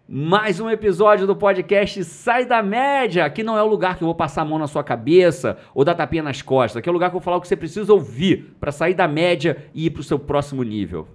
Mais um episódio do podcast Sai da Média. Aqui não é o lugar que eu vou passar a mão na sua cabeça ou dar tapinha nas costas. Aqui é o lugar que eu vou falar o que você precisa ouvir para sair da média e ir para o seu próximo nível.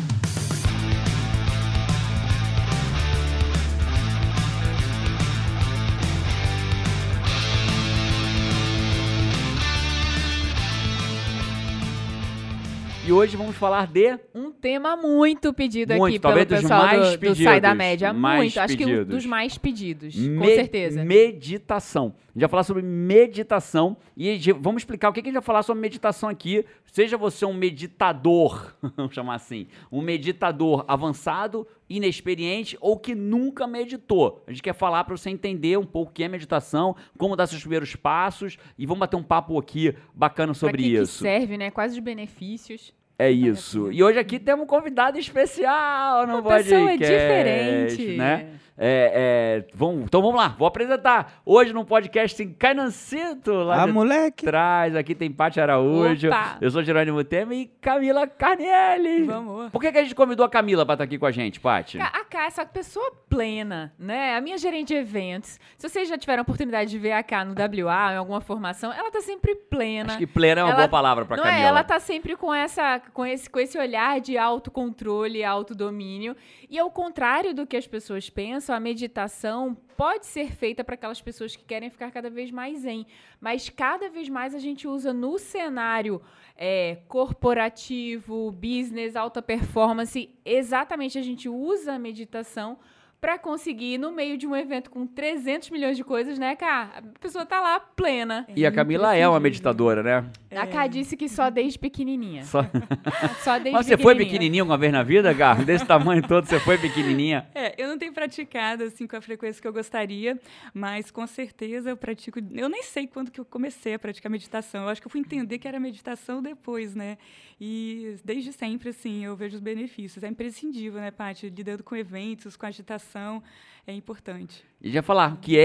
E hoje vamos falar de... um tema muito pedido aqui talvez pelo pessoal do Sai da pedidos, Média. mais Acho que um pedidos. dos mais pedidos, com certeza. Meditação. A gente vai falar sobre meditação e vamos explicar o que a gente vai falar sobre meditação aqui. Seja você um meditador, vamos chamar assim, um meditador avançado, inexperiente ou que nunca meditou. A gente quer falar para você entender um pouco o que é meditação, como dar seus primeiros passos e vamos bater um papo aqui bacana sobre isso. Que serve, né? Quais os benefícios. É isso. E hoje aqui temos um convidado especial no podcast. Uma pessoa diferente. Né? Então vamos lá, vou apresentar. Hoje no podcast tem Cainancito lá moleque. Trás. Aqui tem Paty Araújo. Opa. Eu sou Jerônimo Temer e Camila Carnielli. Vamos. Por que a gente convidou a Camila pra estar aqui com a gente, Paty? A Cá, essa pessoa plena, né? A minha gerente de eventos. Se vocês já tiveram a oportunidade de ver a Cá no WA, em alguma formação, ela tá sempre plena. Acho que plena é uma boa palavra pra Camila. Ela tá sempre com esse olhar de autocontrole, autodomínio. E ao contrário do que as pessoas pensam, a meditação pode ser feita para aquelas pessoas que querem ficar cada vez mais zen. Mas cada vez mais a gente usa no cenário corporativo, business, alta performance. Exatamente, a gente usa a meditação para conseguir, no meio de um evento com 300 milhões de coisas, né, Cá? A pessoa tá lá plena. E a Camila é uma meditadora, né? A Cá disse que só desde pequenininha. Só desde Mas você foi pequenininha uma vez na vida, Cá? Desse tamanho todo, você foi pequenininha? Eu não tenho praticado assim com a frequência que eu gostaria, mas com certeza eu pratico. Eu nem sei quando que eu comecei a praticar meditação. Eu acho que eu fui entender que era meditação depois, né? E desde sempre, assim, eu vejo os benefícios. É imprescindível, né, Paty? Lidando com eventos, com agitação, é importante. E já falar que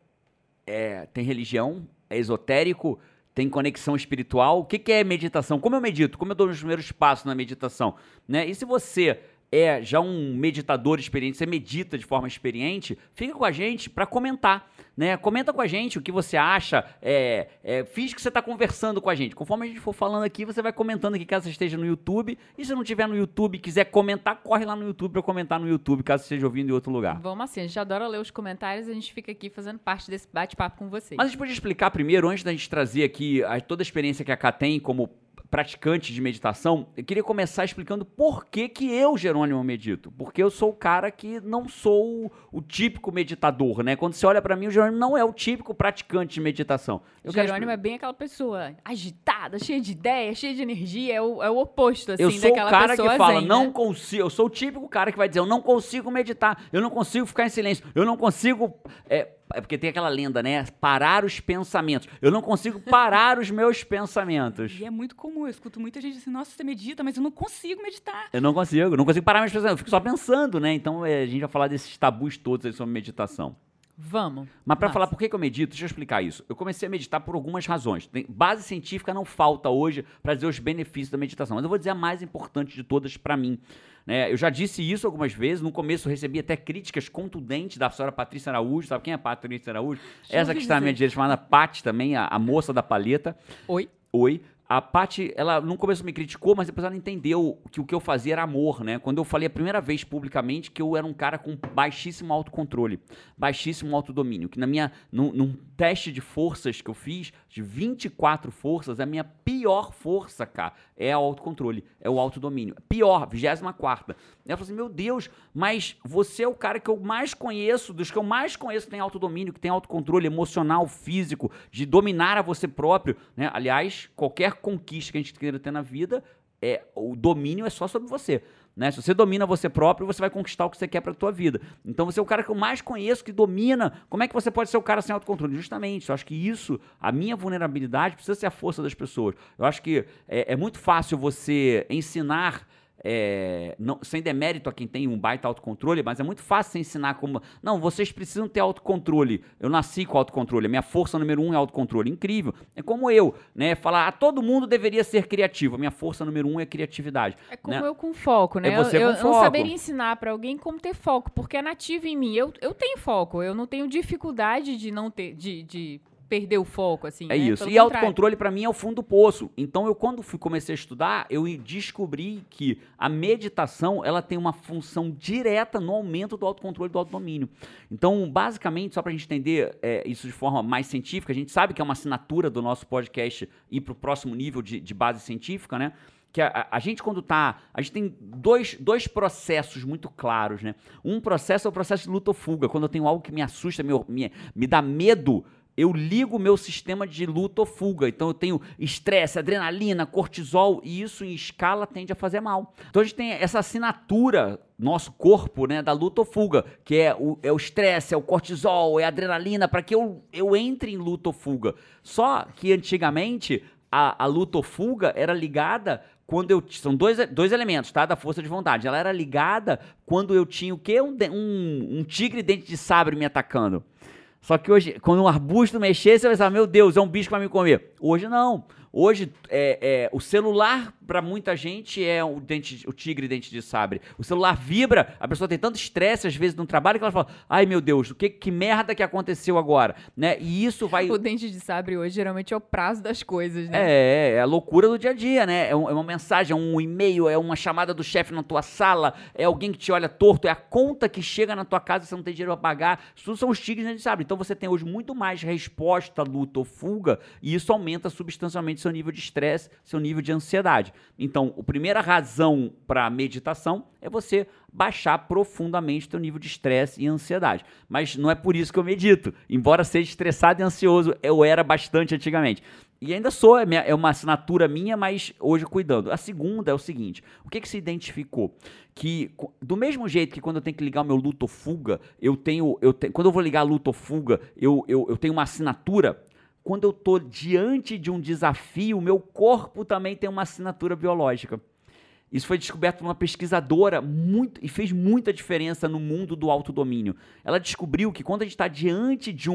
tem religião, é esotérico, tem conexão espiritual. O que é meditação? Como eu medito? Como eu dou os primeiros passos na meditação? Né? E se você é já um meditador experiente, você medita de forma experiente, fica com a gente para comentar, né? Comenta com a gente o que você acha, finge que você está conversando com a gente. Conforme a gente for falando aqui, você vai comentando aqui caso você esteja no YouTube, e se não estiver no YouTube e quiser comentar, corre lá no YouTube para comentar no YouTube, caso você esteja ouvindo em outro lugar. Vamos assim, a gente adora ler os comentários, a gente fica aqui fazendo parte desse bate-papo com vocês. Mas a gente podia explicar primeiro, antes da gente trazer aqui toda a experiência que a Cá tem como praticante de meditação, eu queria começar explicando por que eu, Jerônimo, medito. Porque eu sou o cara que não sou o típico meditador, né? Quando você olha pra mim, o Jerônimo não é o típico praticante de meditação. Jerônimo é bem aquela pessoa agitada, cheia de ideia, cheia de energia, é o oposto, assim, eu sou daquela o cara pessoa que fala, zen, não né? consigo, eu sou o típico cara que vai dizer, eu não consigo meditar, eu não consigo ficar em silêncio, eu não consigo... É porque tem aquela lenda, né? Parar os pensamentos. Eu não consigo parar os meus pensamentos. E é muito comum, eu escuto muita gente assim, nossa, você medita, mas eu não consigo meditar. Eu não consigo parar meus pensamentos, eu fico só pensando, né? Então a gente vai falar desses tabus todos aí sobre meditação. Vamos. Mas para falar por que eu medito, deixa eu explicar isso. Eu comecei a meditar por algumas razões. Base científica não falta hoje para dizer os benefícios da meditação, mas eu vou dizer a mais importante de todas para mim. Né? Eu já disse isso algumas vezes, no começo eu recebi até críticas contundentes da senhora Patrícia Araújo. Sabe quem é a Patrícia Araújo? Essa que está à minha direita, chamada Paty também, a moça da palheta. Oi. A Paty, ela no começo me criticou, mas depois ela entendeu que o que eu fazia era amor, né? Quando eu falei a primeira vez publicamente que eu era um cara com baixíssimo autocontrole, baixíssimo autodomínio, que num teste de forças que eu fiz, de 24 forças, a minha pior força, cara, é o autocontrole, é o autodomínio. Pior, 24ª. Ela falou assim, meu Deus, mas você é o cara que eu mais conheço, dos que eu mais conheço que tem autodomínio, que tem autocontrole emocional, físico, de dominar a você próprio, né? Aliás, qualquer conquista que a gente queira ter na vida, o domínio é só sobre você. Né? Se você domina você próprio, você vai conquistar o que você quer para a tua vida. Então você é o cara que eu mais conheço, que domina. Como é que você pode ser o cara sem autocontrole? Justamente, eu acho que isso, a minha vulnerabilidade precisa ser a força das pessoas. Eu acho que é muito fácil você ensinar sem demérito a quem tem um baita autocontrole, mas é muito fácil você ensinar como... Não, vocês precisam ter autocontrole. Eu nasci com autocontrole. A minha força número 1 é autocontrole. Incrível. É como eu, né? Falar, todo mundo deveria ser criativo. A minha força número 1 é criatividade. É como eu com foco, né? É você com eu foco. não saberia ensinar pra alguém como ter foco, porque é nativo em mim. Eu tenho foco. Eu não tenho dificuldade de não ter... de perder o foco, assim, É né? isso. Pelo E contrário. autocontrole, pra mim, é o fundo do poço. Então, eu quando comecei a estudar, eu descobri que a meditação, ela tem uma função direta no aumento do autocontrole e do autodomínio. Então, basicamente, só pra gente entender isso de forma mais científica, a gente sabe que é uma assinatura do nosso podcast ir pro próximo nível de base científica, né? Que a gente quando tá... A gente tem dois processos muito claros, né? Um processo é o processo de luta ou fuga. Quando eu tenho algo que me assusta, me dá medo, eu ligo o meu sistema de luta ou fuga. Então eu tenho estresse, adrenalina, cortisol, e isso em escala tende a fazer mal. Então a gente tem essa assinatura, nosso corpo, né, da luta ou fuga, que é o estresse, é o cortisol, é a adrenalina, para que eu entre em luta ou fuga. Só que antigamente a luta ou fuga era ligada quando são dois elementos, tá, da força de vontade. Ela era ligada quando eu tinha o quê? Um tigre dente de sabre me atacando. Só que hoje, quando um arbusto mexer, você vai pensar, meu Deus, é um bicho que vai me comer. Hoje não. Hoje, o celular, para muita gente, é o tigre dente de sabre. O celular vibra, a pessoa tem tanto estresse, às vezes, no trabalho, que ela fala, ai, meu Deus, que merda que aconteceu agora? Né? E isso vai... O dente de sabre hoje, geralmente, é o prazo das coisas, né? É a loucura do dia a dia, né? É uma mensagem, é um e-mail, é uma chamada do chefe na tua sala, é alguém que te olha torto, é a conta que chega na tua casa e você não tem dinheiro pra pagar. Isso tudo são os tigres dente de sabre. Então, você tem hoje muito mais resposta, luta ou fuga, e isso aumenta substancialmente seu nível de estresse, seu nível de ansiedade. Então, a primeira razão para a meditação é você baixar profundamente o teu nível de estresse e ansiedade. Mas não é por isso que eu medito. Embora seja estressado e ansioso, eu era bastante antigamente. E ainda sou, é uma assinatura minha, mas hoje cuidando. A segunda é o seguinte, o que se identificou? Que do mesmo jeito que quando eu tenho que ligar o meu luta ou fuga, quando eu vou ligar a luta ou fuga, eu tenho uma assinatura. Quando eu estou diante de um desafio, o meu corpo também tem uma assinatura biológica. Isso foi descoberto por uma pesquisadora e fez muita diferença no mundo do autodomínio. Ela descobriu que quando a gente está diante de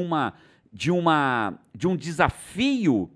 um desafio,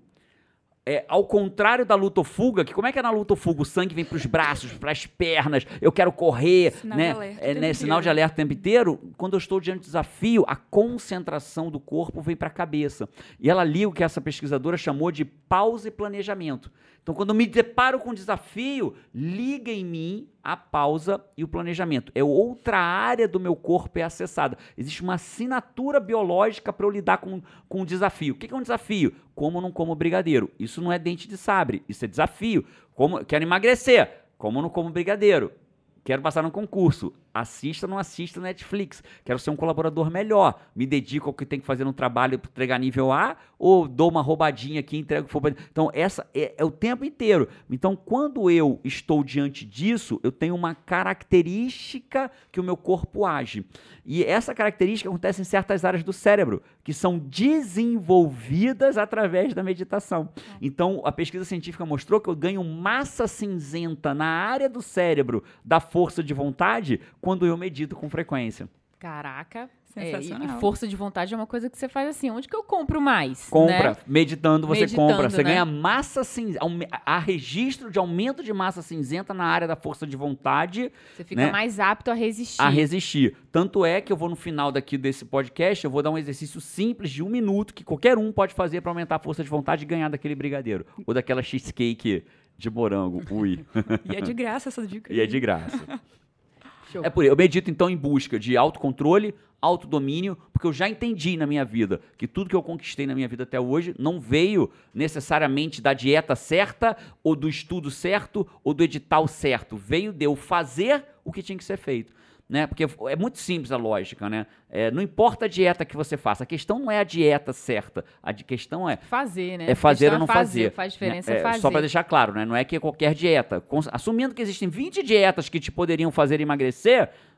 ao contrário da luta ou fuga, que como é que é na luta ou fuga? O sangue vem para os braços, para as pernas, eu quero correr, Sinal né? de alerta Sinal de alerta o tempo inteiro. Quando eu estou diante do desafio, a concentração do corpo vem para a cabeça. E ela liga o que essa pesquisadora chamou de pausa e planejamento. Então, quando eu me deparo com um desafio, liga em mim a pausa e o planejamento. Outra área do meu corpo é acessada. Existe uma assinatura biológica para eu lidar com um desafio. O que é um desafio? Como eu não como brigadeiro. Isso não é dente de sabre, isso é desafio. Quero emagrecer. Como eu não como brigadeiro. Quero passar num concurso. Assista ou não assista Netflix. Quero ser um colaborador melhor. Me dedico ao que tem que fazer no trabalho para entregar nível A ou dou uma roubadinha aqui e entrego o que for. Então, essa é o tempo inteiro. Então, quando eu estou diante disso, eu tenho uma característica que o meu corpo age. E essa característica acontece em certas áreas do cérebro, que são desenvolvidas através da meditação. Então, a pesquisa científica mostrou que eu ganho massa cinzenta na área do cérebro da força de vontade quando eu medito com frequência. Caraca. Sensacional. E força de vontade é uma coisa que você faz assim, onde que eu compro mais? Compra, né? meditando você compra. Você né? ganha massa cinzenta, há registro de aumento de massa cinzenta na área da força de vontade. Você fica né? mais apto a resistir. A resistir. Tanto é que eu vou no final desse podcast, eu vou dar um exercício simples de 1 minuto que qualquer um pode fazer para aumentar a força de vontade e ganhar daquele brigadeiro. Ou daquela cheesecake de morango. Ui. E é de graça essa dica. E é de graça. Show. É por isso. Eu medito, então, em busca de autocontrole, autodomínio, porque eu já entendi na minha vida que tudo que eu conquistei na minha vida até hoje não veio necessariamente da dieta certa, ou do estudo certo, ou do edital certo. Veio de eu fazer o que tinha que ser feito. Né? Porque é muito simples a lógica, né? Não importa a dieta que você faça, a questão não é a dieta certa, a questão é fazer, né? É fazer ou não fazer. Faz diferença né? fazer. Só para deixar claro, né? Não é que qualquer dieta. Assumindo que existem 20 dietas que te poderiam fazer emagrecer,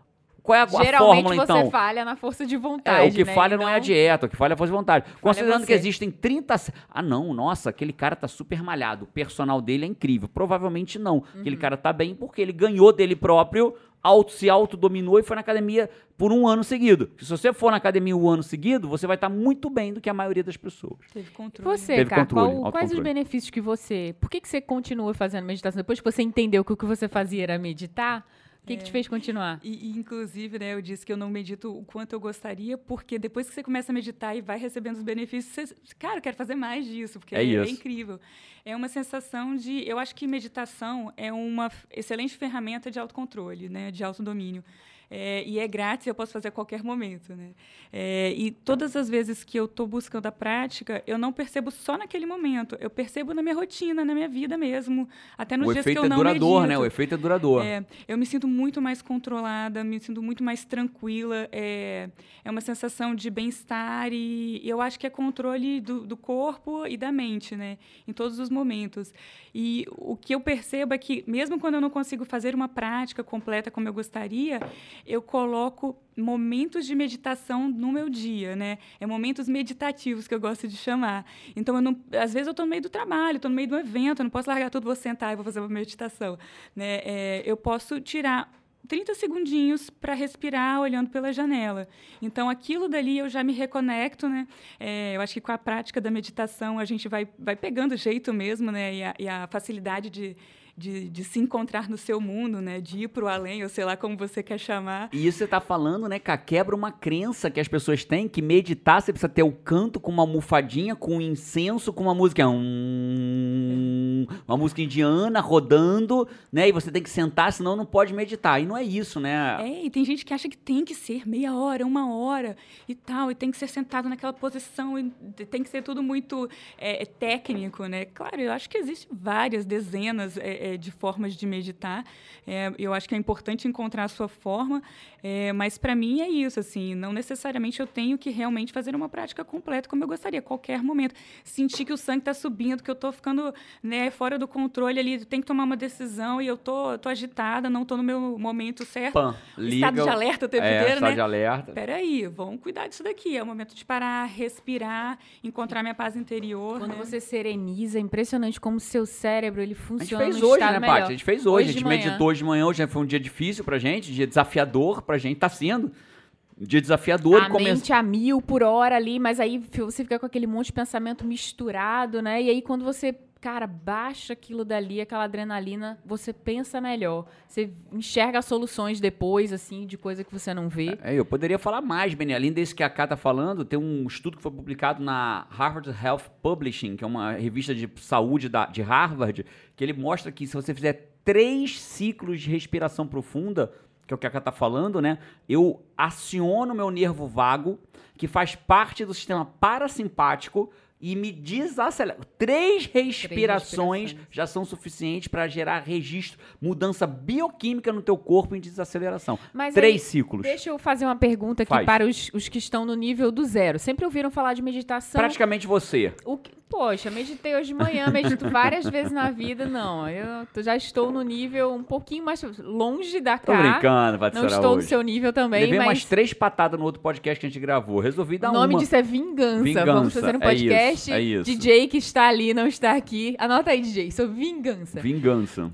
Qual é a fórmula, então? Geralmente você falha na força de vontade, o que né? falha não é a dieta, o que falha é a força de vontade. Considerando que você. existem 30... Ah, não, nossa, aquele cara tá super malhado, o personal dele é incrível. Provavelmente não. Aquele cara tá bem porque ele ganhou dele próprio, se autodominou e foi na academia por 1 ano seguido. Se você for na academia 1 ano seguido, você vai estar muito bem do que a maioria das pessoas. Teve E controle. você, Teve cara, controle, quais os autocontrole. benefícios que você... Por que você continua fazendo meditação? Depois que você entendeu que o que você fazia era meditar, o que te fez continuar? Inclusive, né, eu disse que eu não medito o quanto eu gostaria, porque depois que você começa a meditar e vai recebendo os benefícios, você, cara, eu quero fazer mais disso, porque é incrível. É uma sensação de... Eu acho que meditação é uma excelente ferramenta de autocontrole, né, de autodomínio. E é grátis, eu posso fazer a qualquer momento, né? E todas as vezes que eu estou buscando a prática, eu não percebo só naquele momento, eu percebo na minha rotina, na minha vida mesmo, até nos dias que eu não medito. O efeito é duradouro, né? O efeito é duradouro. Eu me sinto muito mais controlada, me sinto muito mais tranquila, é uma sensação de bem-estar e eu acho que é controle do corpo e da mente, né? Em todos os momentos. E o que eu percebo é que, mesmo quando eu não consigo fazer uma prática completa como eu gostaria, eu coloco momentos de meditação no meu dia, né? Momentos meditativos que eu gosto de chamar. Então, às vezes eu estou no meio do trabalho, estou no meio de um evento, eu não posso largar tudo, vou sentar e vou fazer uma meditação, né? Eu posso tirar 30 segundinhos para respirar olhando pela janela. Então, aquilo dali eu já me reconecto, né? Eu acho que com a prática da meditação a gente vai pegando jeito mesmo, né? E a facilidade de se encontrar no seu mundo, né? De ir para o além, ou sei lá como você quer chamar. E isso você tá falando, né, cara? Quebra uma crença que as pessoas têm, que meditar você precisa ter o canto com uma almofadinha, com um incenso, com uma música... uma música indiana rodando, né? E você tem que sentar, senão não pode meditar. E não é isso, né? E tem gente que acha que tem que ser meia hora, 1 hora e tal, e tem que ser sentado naquela posição, e tem que ser tudo muito técnico, né? Claro, eu acho que existem várias dezenas de formas de meditar. Eu acho que é importante encontrar a sua forma, mas para mim é isso, assim, não necessariamente eu tenho que realmente fazer uma prática completa como eu gostaria, a qualquer momento. Sentir que o sangue está subindo, que eu estou ficando, né, fora do controle ali, tenho que tomar uma decisão e eu tô agitada, não estou no meu momento certo. Estado de alerta o tempo inteiro, estado né? de alerta. Peraí, vamos cuidar disso daqui. É o momento de parar, respirar, encontrar minha paz interior. Quando né? você sereniza, é impressionante como o seu cérebro ele funciona. A gente fez hoje, né, melhor. Paty? A gente fez hoje. A gente de manhã. meditou hoje de manhã. Hoje foi um dia difícil pra gente, dia desafiador pra gente. Tá sendo um dia desafiador. A mente a 1000 por hora ali, mas aí você fica com aquele monte de pensamento misturado, né? E aí quando você, cara, baixa aquilo dali, aquela adrenalina, você pensa melhor. Você enxerga soluções depois, assim, de coisa que você não vê. Eu poderia falar mais, Beni. Além desse que a Ká tá falando, tem um estudo que foi publicado na Harvard Health Publishing, que é uma revista de saúde de Harvard, que ele mostra que se você fizer 3 ciclos de respiração profunda, que é o que a Ká tá falando, né? Eu aciono meu nervo vago, que faz parte do sistema parasimpático, e me desacelera. 3 respirações já são suficientes para gerar registro, mudança bioquímica no teu corpo em desaceleração. Mas 3 ciclos. Deixa eu fazer uma pergunta aqui para os que estão no nível do 0. Sempre ouviram falar de meditação? Praticamente você. Poxa, meditei hoje de manhã, medito várias vezes na vida. Não, eu já estou no nível um pouquinho mais longe da Ká. Tô brincando, vai te Não estou no seu nível também, Levei mas... umas 3 patadas no outro podcast que a gente gravou. Resolvi dar uma. O nome uma. disso é Vingança. Vamos fazer um podcast. É isso. DJ que está ali, não está aqui. Anota aí, DJ. Isso é Vingança. Vingança.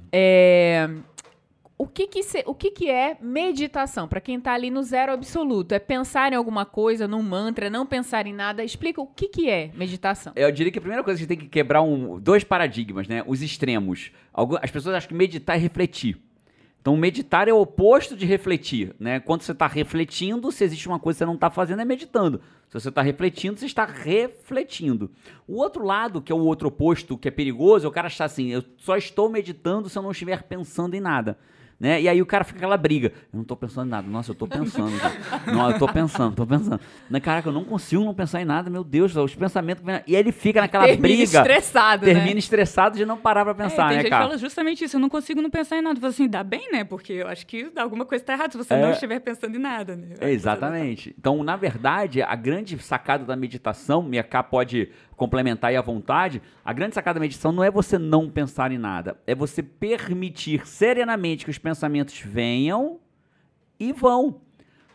O que é meditação? Para quem está ali no 0 absoluto, é pensar em alguma coisa, num mantra, não pensar em nada. Explica o que é meditação. Eu diria que a primeira coisa que a gente tem que quebrar 2 paradigmas, né? Os extremos. As pessoas acham que meditar é refletir. Então, meditar é o oposto de refletir, né? Quando você está refletindo, se existe uma coisa que você não está fazendo, é meditando. Se você está refletindo, você está refletindo. O outro lado, que é o outro oposto, que é perigoso, é o cara achar assim, eu só estou meditando se eu não estiver pensando em nada. Né? E aí o cara fica aquela briga. Eu não tô pensando em nada. Nossa, eu tô pensando. Não, eu tô pensando. Caraca, eu não consigo não pensar em nada. Meu Deus, os pensamentos... E aí ele fica naquela briga. Termina estressado de não parar pra pensar, tem né, gente cara? Que fala justamente isso. Eu não consigo não pensar em nada. Eu falo assim, dá bem, né? Porque eu acho que alguma coisa tá errada se você não estiver pensando em nada. Né? Exatamente. Então, na verdade, a grande sacada da meditação, e a Ká pode complementar aí à vontade, a grande sacada da meditação não é você não pensar em nada, é você permitir serenamente que os pensamentos venham e vão.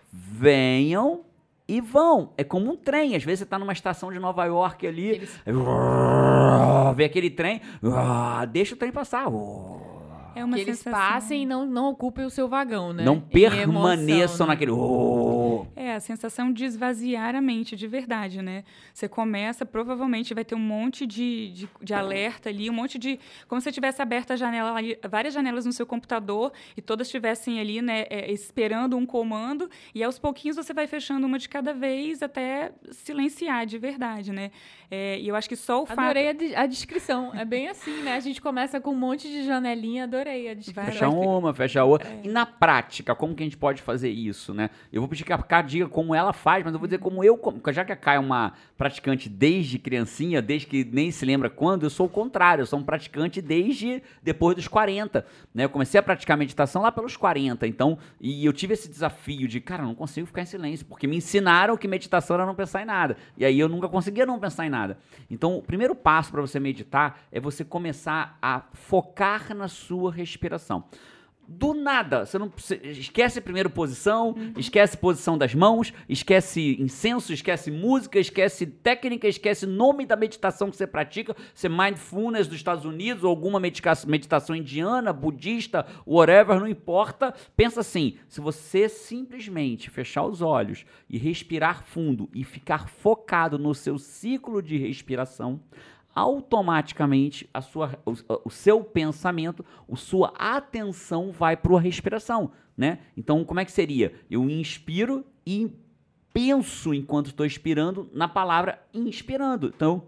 venham e vão. É como um trem. Às vezes você está numa estação de Nova York ali, vê aquele trem, deixa o trem passar. É uma que eles sensação. passem e não ocupem o seu vagão, né? Não Em permaneçam emoção, né? naquele... É a sensação de esvaziar a mente de verdade, né? Você começa, provavelmente vai ter um monte de alerta ali, um monte de... Como se você tivesse aberto a janela ali, várias janelas no seu computador e todas estivessem ali, né, esperando um comando, e aos pouquinhos você vai fechando uma de cada vez até silenciar de verdade, né? E eu acho que só o fato... Adorei a descrição. É bem assim, né? A gente começa com um monte de janelinha, adorei a descrição. Fecha uma, fecha a outra. E na prática, como que a gente pode fazer isso, né? Eu vou pedir que a Cá diga como ela faz, mas eu vou dizer como eu... Já que a Cá é uma praticante desde criancinha, desde que nem se lembra quando, eu sou o contrário. Eu sou um praticante desde depois dos 40, né? Eu comecei a praticar meditação lá pelos 40, então... E eu tive esse desafio de, cara, eu não consigo ficar em silêncio, porque me ensinaram que meditação era não pensar em nada. E aí eu nunca conseguia não pensar em nada. Então, o primeiro passo para você meditar é você começar a focar na sua respiração. Do nada, você esquece a primeira posição, esquece a posição das mãos, esquece incenso, esquece música, esquece técnica, esquece nome da meditação que você pratica, se é mindfulness dos Estados Unidos ou alguma meditação indiana, budista, whatever, não importa. Pensa assim, se você simplesmente fechar os olhos e respirar fundo e ficar focado no seu ciclo de respiração, automaticamente o seu pensamento, a sua atenção vai para a respiração, né? Então, como é que seria? Eu inspiro e penso enquanto estou expirando na palavra inspirando. Então,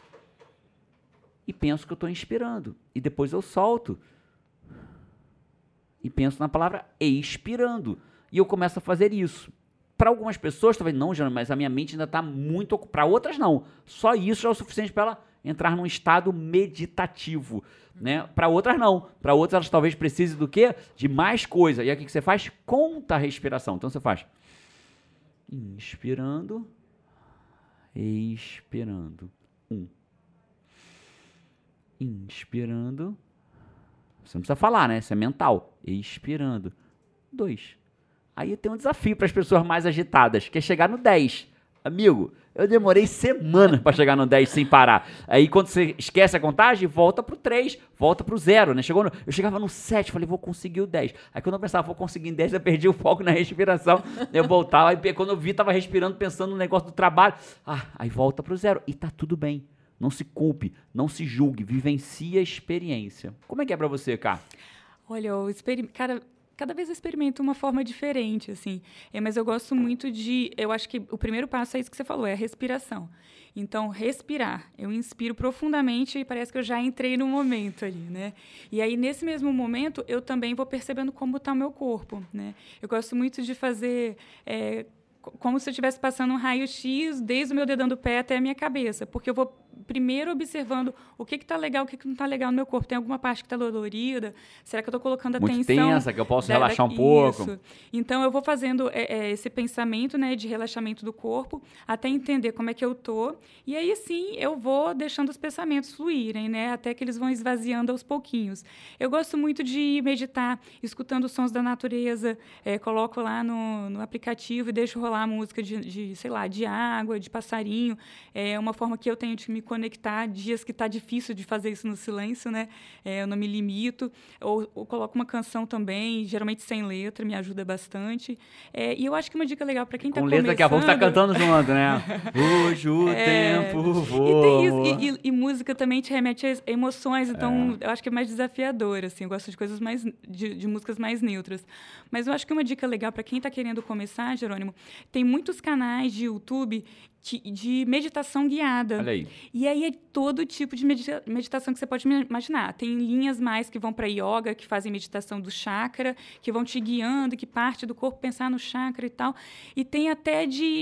e penso que eu estou inspirando. E depois eu solto. E penso na palavra expirando. E eu começo a fazer isso. Para algumas pessoas, talvez não, Jana, mas a minha mente ainda está muito ocupada. Para outras, não. Só isso já é o suficiente para ela entrar num estado meditativo, né? Para outras, não. Para outras, elas talvez precisem do quê? De mais coisa. E aí, o que você faz? Conta a respiração. Então, você faz inspirando, expirando. 1. Inspirando. Você não precisa falar, né? Isso é mental. Expirando. 2. Aí tem um desafio para as pessoas mais agitadas, que é chegar no 10. Amigo, eu demorei semanas para chegar no 10 sem parar. Aí quando você esquece a contagem, volta pro 3, volta pro 0, né? Eu chegava no 7, falei, vou conseguir o 10. Aí quando eu pensava, vou conseguir em 10, eu perdi o foco na respiração. Eu voltava, aí quando eu vi, tava respirando, pensando no negócio do trabalho. Aí volta pro 0. E tá tudo bem. Não se culpe, não se julgue, vivencie a experiência. Como é que é para você, Cá? Olha, cada vez eu experimento uma forma diferente, assim. Mas eu gosto muito eu acho que o primeiro passo é isso que você falou, é a respiração. Então, respirar. Eu inspiro profundamente e parece que eu já entrei no momento ali, né? E aí, nesse mesmo momento, eu também vou percebendo como está o meu corpo, né? Eu gosto muito de fazer... como se eu estivesse passando um raio-x desde o meu dedão do pé até a minha cabeça, porque eu vou primeiro observando o que está legal, o que não está legal no meu corpo. Tem alguma parte que está dolorida? Será que eu estou colocando atenção? Muito tensa, que eu posso relaxar um pouco. Isso. Então, eu vou fazendo esse pensamento, né, de relaxamento do corpo, até entender como é que eu estou. E aí, sim, eu vou deixando os pensamentos fluírem, né, até que eles vão esvaziando aos pouquinhos. Eu gosto muito de meditar, escutando os sons da natureza. Coloco lá no aplicativo e deixo rolar a música sei lá, de água, de passarinho. É uma forma que eu tenho de me conectar, dias que está difícil de fazer isso no silêncio, né? Eu não me limito. Ou coloco uma canção também, geralmente sem letra, me ajuda bastante. E eu acho que uma dica legal para quem está começando... Com letra, daqui a pouco está cantando junto, né? Hoje o tempo voa. E tem isso. E música também te remete a emoções, então eu acho que é mais desafiador, assim. Eu gosto de coisas mais... de músicas mais neutras. Mas eu acho que uma dica legal para quem está querendo começar, Jerônimo, tem muitos canais de YouTube de meditação guiada. Olha aí. E aí é todo tipo de meditação que você pode imaginar. Tem linhas mais que vão para yoga, que fazem meditação do chakra, que vão te guiando, que parte do corpo pensar no chakra e tal. E tem até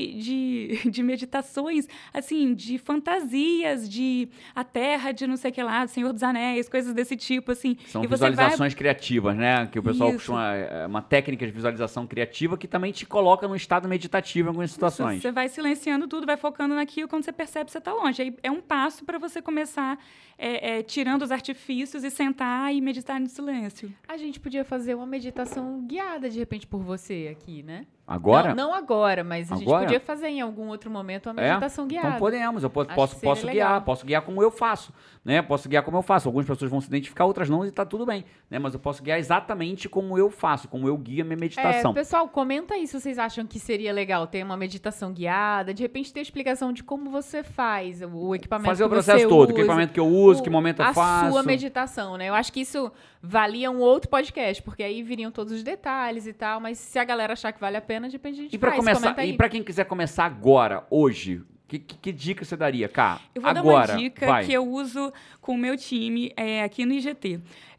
de meditações, assim, de fantasias, de a terra, de não sei o que lá, Senhor dos Anéis, coisas desse tipo, assim. São visualizações criativas, né? Que o pessoal costuma... uma técnica de visualização criativa que também te coloca num estado meditativo em algumas situações. Você vai silenciando tudo, vai focando naquilo, quando você percebe, você está longe. Aí é um passo para você começar tirando os artifícios e sentar e meditar no silêncio. A gente podia fazer uma meditação guiada, de repente, por você aqui, né? Agora? Não agora, mas a gente Agora? podia fazer em algum outro momento uma meditação guiada. Então podemos, eu Acho que posso seria legal. guiar como eu faço, né? Posso guiar como eu faço. Algumas pessoas vão se identificar, outras não, e tá tudo bem, né? Mas eu posso guiar exatamente como eu faço, como eu guio a minha meditação. Pessoal, comenta aí se vocês acham que seria legal ter uma meditação guiada, de repente ter explicação de como você faz o equipamento Fazer que o processo você todo, usa, que equipamento que eu uso, que momento eu faço. A sua meditação, né? Eu acho que isso valia um outro podcast, porque aí viriam todos os detalhes e tal, mas se a galera achar que vale a pena, de repente a gente E comenta aí. pra quem quiser começar agora, hoje, que dica você daria, Cá? Eu vou agora, dar uma dica vai. que eu uso com o meu time aqui no IGT.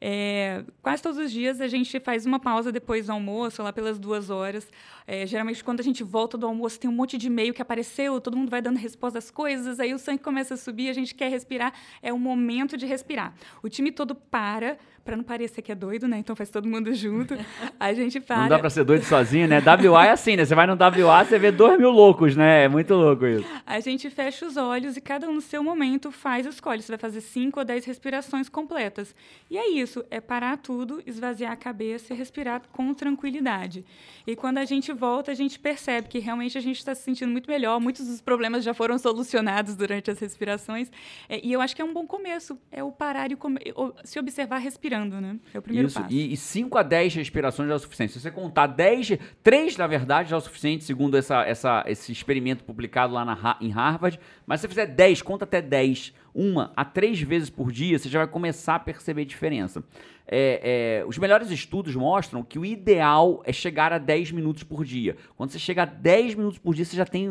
Quase todos os dias a gente faz uma pausa depois do almoço, lá pelas 2 horas. Geralmente, quando a gente volta do almoço, tem um monte de e-mail que apareceu, todo mundo vai dando resposta às coisas, aí o sangue começa a subir, a gente quer respirar. É o momento de respirar. O time todo para não parecer que é doido, né? Então faz todo mundo junto. A gente para. Não dá pra ser doido sozinho, né? WA é assim, né? Você vai no WA, você vê 2.000 loucos, né? É muito louco isso. A gente fecha os olhos e cada um no seu momento escolhe. Você vai fazer 5 ou 10 respirações completas. E é isso, é parar tudo, esvaziar a cabeça e respirar com tranquilidade. E quando a gente volta, a gente percebe que realmente a gente está se sentindo muito melhor. Muitos dos problemas já foram solucionados durante as respirações. E eu acho que é um bom começo. É o parar e se observar respirando, né? É o primeiro passo. E 5 a 10 respirações já é o suficiente. Se você contar 3, na verdade, já é o suficiente, segundo esse experimento publicado lá em Harvard. Mas se você fizer 10, conta até 10, 1 a 3 vezes por dia, você já vai começar a perceber diferença. Os melhores estudos mostram que o ideal é chegar a 10 minutos por dia. Quando você chega a 10 minutos por dia, você já tem...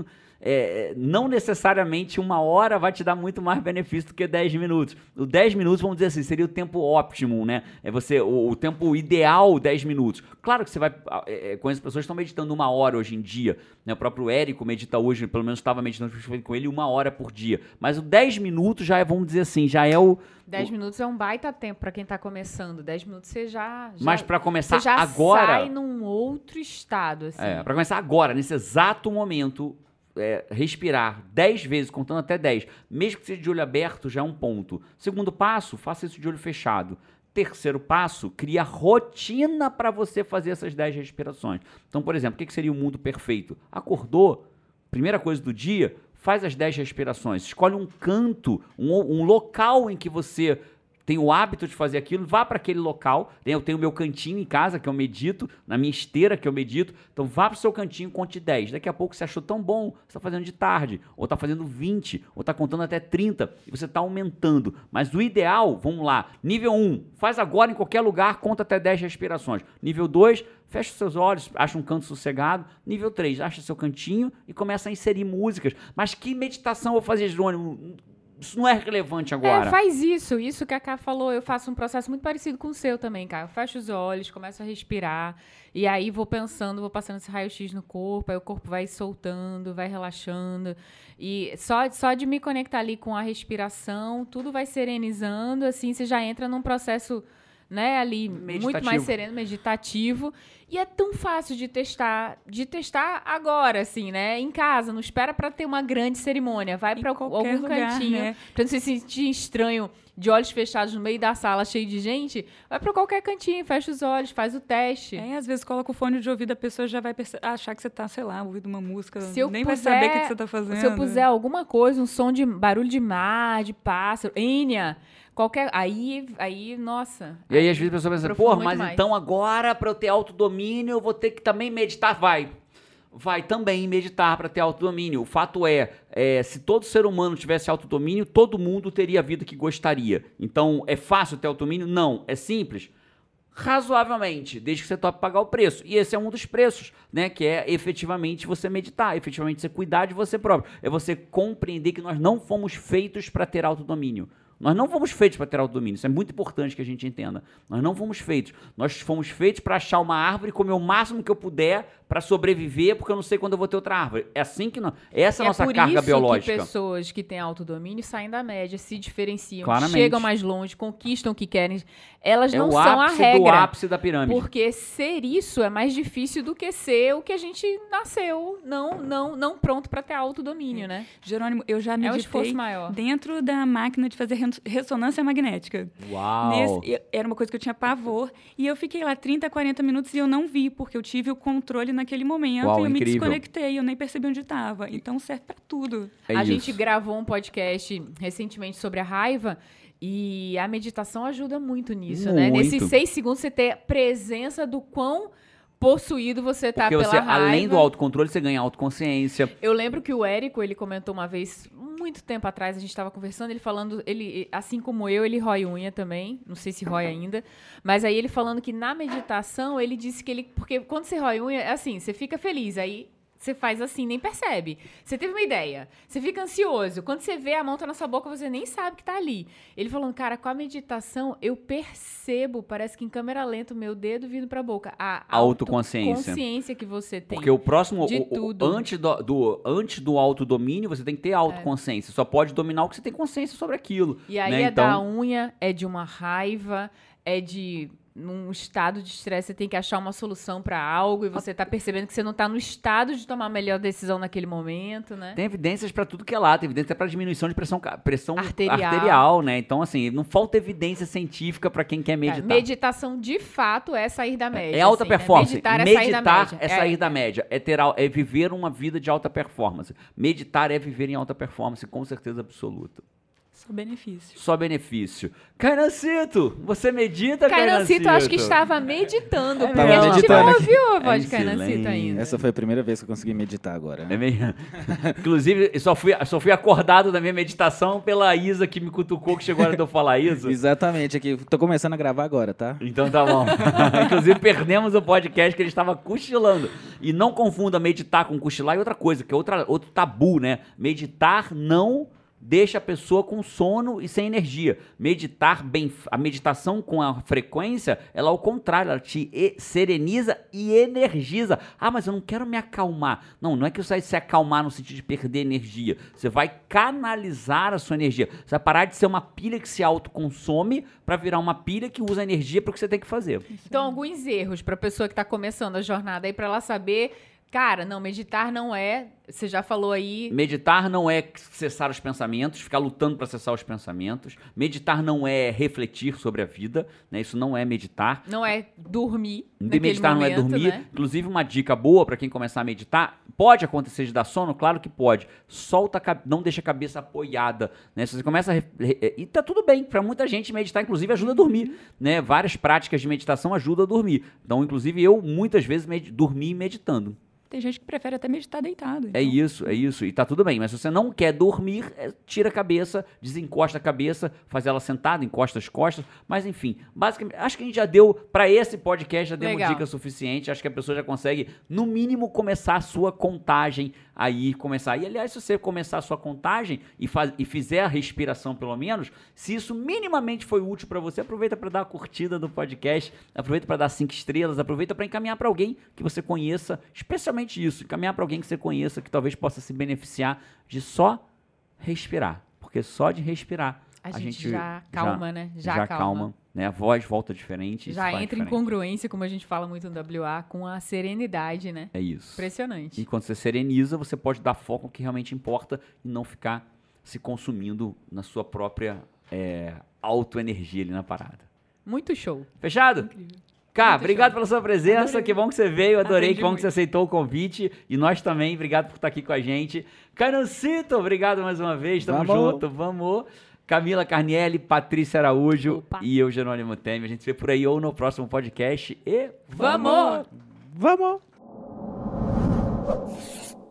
não necessariamente 1 hora vai te dar muito mais benefício do que 10 minutos. O 10 minutos, vamos dizer assim, seria o tempo óptimo, né? O tempo ideal, 10 minutos. Claro que você vai... Conheço pessoas que estão meditando 1 hora hoje em dia, né? O próprio Érico medita hoje, pelo menos estava meditando com ele 1 hora por dia. Mas o 10 minutos já é, vamos dizer assim, já é o... 10 minutos é um baita tempo para quem está começando. 10 minutos você já Mas para começar você já agora... sai num outro estado, assim. Para começar agora, nesse exato momento... respirar 10 vezes, contando até 10, mesmo que seja de olho aberto, já é um ponto. Segundo passo, faça isso de olho fechado. Terceiro passo, cria rotina para você fazer essas 10 respirações. Então, por exemplo, o que seria o mundo perfeito? Acordou, primeira coisa do dia, faz as 10 respirações. Escolhe um canto, um local em que você tem o hábito de fazer aquilo, vá para aquele local. Eu tenho o meu cantinho em casa, que eu medito, na minha esteira que eu medito. Então vá para o seu cantinho e conte 10. Daqui a pouco você achou tão bom, você está fazendo de tarde, ou está fazendo 20, ou está contando até 30, e você está aumentando. Mas o ideal, vamos lá, nível 1, faz agora em qualquer lugar, conta até 10 respirações. Nível 2, fecha os seus olhos, acha um canto sossegado. Nível 3, acha seu cantinho e começa a inserir músicas. Mas que meditação eu vou fazer, Jerônimo? Isso não é relevante agora. Faz isso. Isso que a Ká falou, eu faço um processo muito parecido com o seu também, Ká. Eu fecho os olhos, começo a respirar, e aí vou pensando, vou passando esse raio-x no corpo, aí o corpo vai soltando, vai relaxando. E só de me conectar ali com a respiração, tudo vai serenizando, assim, você já entra num processo, né, ali muito mais sereno, meditativo. E é tão fácil de testar agora, assim, né? Em casa, não espera para ter uma grande cerimônia. Vai para algum lugar, cantinho, né? Pra não se sentir estranho de olhos fechados no meio da sala cheio de gente. Vai para qualquer cantinho, fecha os olhos, faz o teste. Às vezes coloca o fone de ouvido, a pessoa já vai achar que você tá, sei lá, ouvindo uma música, nem vai saber o que você tá fazendo. Se eu puser alguma coisa, um som de barulho de mar, de pássaro, Enya, qualquer... Aí, nossa. E aí, às vezes, a pessoa pensa, mas mais. então agora, para eu ter autodomínio, eu vou ter que também meditar? Vai também meditar para ter autodomínio. O fato se todo ser humano tivesse autodomínio, todo mundo teria a vida que gostaria. Então, é fácil ter autodomínio? Não. É simples? Razoavelmente, desde que você tope pagar o preço. E esse é um dos preços, né? Que é efetivamente você meditar, efetivamente você cuidar de você próprio. É você compreender que nós não fomos feitos para ter autodomínio. Nós não fomos feitos para ter autodomínio. Isso é muito importante que a gente entenda. Nós não fomos feitos. Nós fomos feitos para achar uma árvore e comer o máximo que eu puder para sobreviver, porque eu não sei quando eu vou ter outra árvore. É assim que essa é a nossa carga biológica. É por isso que pessoas que têm autodomínio saem da média, se diferenciam, claramente, chegam mais longe, conquistam o que querem. Elas não são a regra. É o ápice da pirâmide. Porque ser isso é mais difícil do que ser o que a gente nasceu não pronto para ter autodomínio, né? Jerônimo, eu já meditei esforço maior. dentro da máquina de fazer ressonância magnética. Uau! Era uma coisa que eu tinha pavor. E eu fiquei lá 30, 40 minutos e eu não vi, porque eu tive o controle naquele momento. Uau, e eu incrível. me desconectei, eu nem percebi onde estava. Então serve para tudo. A gente gravou um podcast recentemente sobre a raiva. E a meditação ajuda muito nisso, né? Nesses 6 segundos você ter presença do quão possuído você tá pela raiva. Além do autocontrole, você ganha autoconsciência. Eu lembro que o Érico, ele comentou uma vez, muito tempo atrás, a gente estava conversando, ele falando, ele, assim como eu, ele rói unha também, não sei se rói ainda, mas aí ele falando que na meditação, ele disse que ele, porque quando você rói unha, é assim, você fica feliz, aí você faz assim, nem percebe. Você teve uma ideia, você fica ansioso. Quando você vê a mão tá na sua boca, você nem sabe que tá ali. Ele falando, cara, com a meditação, eu percebo, parece que em câmera lenta, o meu dedo vindo pra boca. A autoconsciência que você tem. Porque o próximo, de tudo. Antes do autodomínio, você tem que ter autoconsciência. Só pode dominar o que você tem consciência sobre aquilo. E aí né? da unha, é de uma raiva, é de... Num estado de estresse, você tem que achar uma solução para algo e você tá percebendo que você não tá no estado de tomar a melhor decisão naquele momento, né? Tem evidências para tudo que é lá, tem evidência para diminuição de pressão arterial, né? Então, assim, não falta evidência científica para quem quer meditar. Meditação, de fato, é sair da média. É alta assim, performance. Né? Meditar é sair da média. É sair da média. É viver uma vida de alta performance. Meditar é viver em alta performance, com certeza absoluta. Só benefício. Só benefício. Kainancito, você medita, Kainancito? Acho que estava meditando, porque a gente não ouviu a voz de Kainancito Kainancito ainda. Essa foi a primeira vez que eu consegui meditar agora. É mesmo? Inclusive, eu só fui acordado da minha meditação pela Isa, que me cutucou, que chegou a hora de eu falar isso. Exatamente, aqui. Tô começando a gravar agora, tá? Então tá bom. Inclusive, perdemos o podcast que ele estava cochilando. E não confunda meditar com cochilar e outra coisa, que é outro tabu, né? Meditar não deixa a pessoa com sono e sem energia. A meditação com a frequência, ela ao contrário, ela te sereniza e energiza. Ah, mas eu não quero me acalmar. Não é que você vai se acalmar no sentido de perder energia. Você vai canalizar a sua energia. Você vai parar de ser uma pilha que se autoconsome para virar uma pilha que usa energia para o que você tem que fazer. Então, alguns erros para a pessoa que está começando a jornada aí, para ela saber... Cara, não, meditar não é... Você já falou aí... Meditar não é cessar os pensamentos, ficar lutando para cessar os pensamentos. Meditar não é refletir sobre a vida, né? Isso não é meditar. Não é dormir Meditar momento, não é dormir. Né? Inclusive, uma dica boa para quem começar a meditar, pode acontecer de dar sono? Claro que pode. Não deixa a cabeça apoiada, né? Se você começa a... E tá tudo bem. Para muita gente, meditar, inclusive, ajuda a dormir, né? Várias práticas de meditação ajudam a dormir. Então, inclusive, eu, muitas vezes, dormi meditando. Tem gente que prefere até meditar deitado. Então. É isso. E tá tudo bem. Mas se você não quer dormir, tira a cabeça, desencosta a cabeça, faz ela sentada, encosta as costas. Mas, enfim, basicamente, acho que a gente já deu, para esse podcast, já deu uma dica suficiente. Acho que a pessoa já consegue, no mínimo, começar a sua contagem aí, começar. E, aliás, se você começar a sua contagem e fizer a respiração, pelo menos, se isso minimamente foi útil para você, aproveita para dar a curtida do podcast, aproveita para dar 5 estrelas, aproveita para encaminhar para alguém que você conheça, especialmente isso, encaminhar para alguém que você conheça, que talvez possa se beneficiar de só respirar, porque só de respirar a gente já calma, né? Já calma, né? A voz volta diferente. Já entra em congruência, como a gente fala muito no WA, com a serenidade, né? É isso. Impressionante. E quando você sereniza, você pode dar foco no que realmente importa e não ficar se consumindo na sua própria autoenergia ali na parada. Muito show. Fechado? Incrível. Cá, obrigado pela sua presença, Adorei. que bom que você veio, adorei, Aprendi que bom muito. que você aceitou o convite, e nós também, obrigado por estar aqui com a gente. Kainancito, obrigado mais uma vez, tamo junto, vamos. Camila Carnielli, Patrícia Araújo e eu, Jerônimo Temer, a gente se vê por aí ou no próximo podcast e Vamos! Vamos!